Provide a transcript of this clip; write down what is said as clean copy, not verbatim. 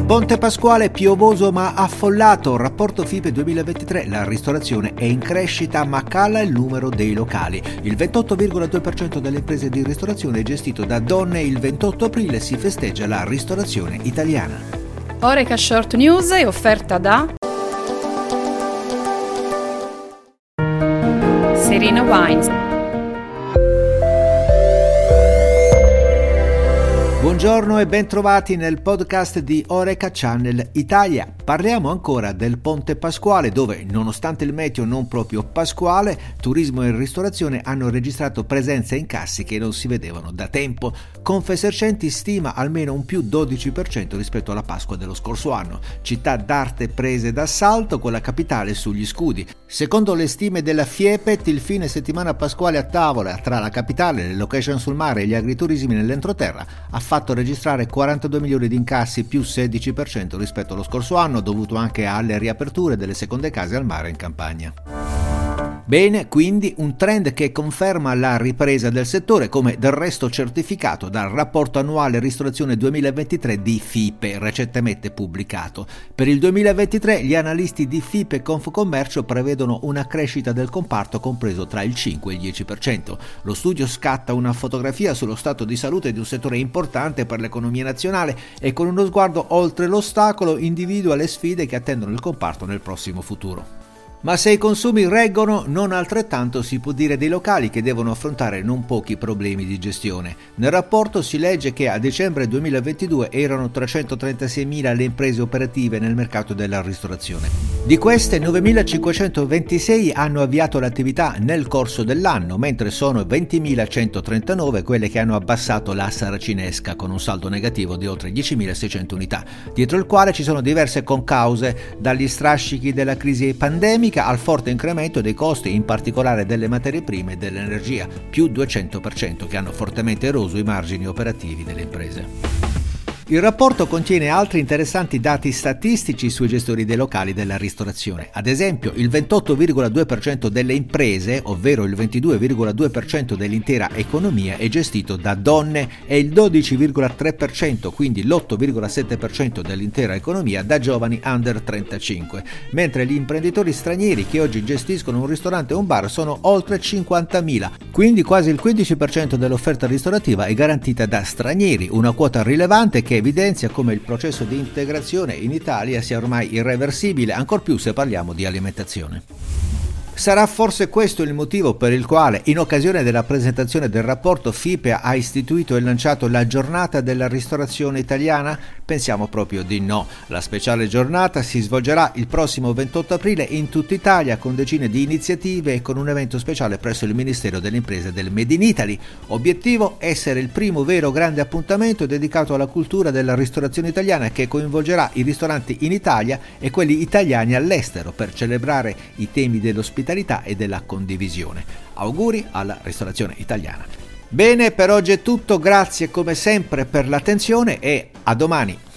Ponte Pasquale piovoso ma affollato, rapporto FIPE 2023, la ristorazione è in crescita ma cala il numero dei locali. Il 28,2% delle imprese di ristorazione è gestito da donne, il 28 aprile si festeggia la ristorazione italiana. Oreca Short News è offerta da Serena Wines. Buongiorno e bentrovati nel podcast di Oreca Channel Italia. Parliamo ancora del Ponte Pasquale dove, nonostante il meteo non proprio pasquale, turismo e ristorazione hanno registrato presenze e incassi che non si vedevano da tempo. Confesercenti stima almeno un più 12% rispetto alla Pasqua dello scorso anno. Città d'arte prese d'assalto con la capitale sugli scudi. Secondo le stime della Fiepet, il fine settimana pasquale a tavola tra la capitale, le location sul mare e gli agriturismi nell'entroterra ha fatto registrare 42 milioni di incassi più 16% rispetto allo scorso anno, dovuto anche alle riaperture delle seconde case al mare in campagna. Bene, quindi un trend che conferma la ripresa del settore, come del resto certificato dal rapporto annuale ristorazione 2023 di FIPE, recentemente pubblicato. Per il 2023 gli analisti di FIPE e Confcommercio prevedono una crescita del comparto compreso tra il 5 e il 10%. Lo studio scatta una fotografia sullo stato di salute di un settore importante per l'economia nazionale e con uno sguardo oltre l'ostacolo individua le sfide che attendono il comparto nel prossimo futuro. Ma se i consumi reggono, non altrettanto si può dire dei locali che devono affrontare non pochi problemi di gestione. Nel rapporto si legge che a dicembre 2022 erano 336.000 le imprese operative nel mercato della ristorazione. Di queste 9.526 hanno avviato l'attività nel corso dell'anno, mentre sono 20.139 quelle che hanno abbassato la saracinesca con un saldo negativo di oltre 10.600 unità, dietro il quale ci sono diverse concause, dagli strascichi della crisi pandemica al forte incremento dei costi, in particolare delle materie prime e dell'energia, più 200%, che hanno fortemente eroso i margini operativi delle imprese. Il rapporto contiene altri interessanti dati statistici sui gestori dei locali della ristorazione. Ad esempio, il 28,2% delle imprese, ovvero il 22,2% dell'intera economia, è gestito da donne e il 12,3%, quindi l'8,7% dell'intera economia, da giovani under 35, mentre gli imprenditori stranieri che oggi gestiscono un ristorante o un bar sono oltre 50.000, quindi quasi il 15% dell'offerta ristorativa è garantita da stranieri, una quota rilevante che evidenzia come il processo di integrazione in Italia sia ormai irreversibile, ancor più se parliamo di alimentazione. Sarà forse questo il motivo per il quale, in occasione della presentazione del rapporto, FIPE ha istituito e lanciato la giornata della ristorazione italiana? Pensiamo proprio di no. La speciale giornata si svolgerà il prossimo 28 aprile in tutta Italia con decine di iniziative e con un evento speciale presso il Ministero delle Imprese del Made in Italy. Obiettivo: essere il primo vero grande appuntamento dedicato alla cultura della ristorazione italiana che coinvolgerà i ristoranti in Italia e quelli italiani all'estero per celebrare i temi dell'ospitalità e della condivisione. Auguri alla ristorazione italiana. Bene, per oggi è tutto, grazie come sempre per l'attenzione e a domani.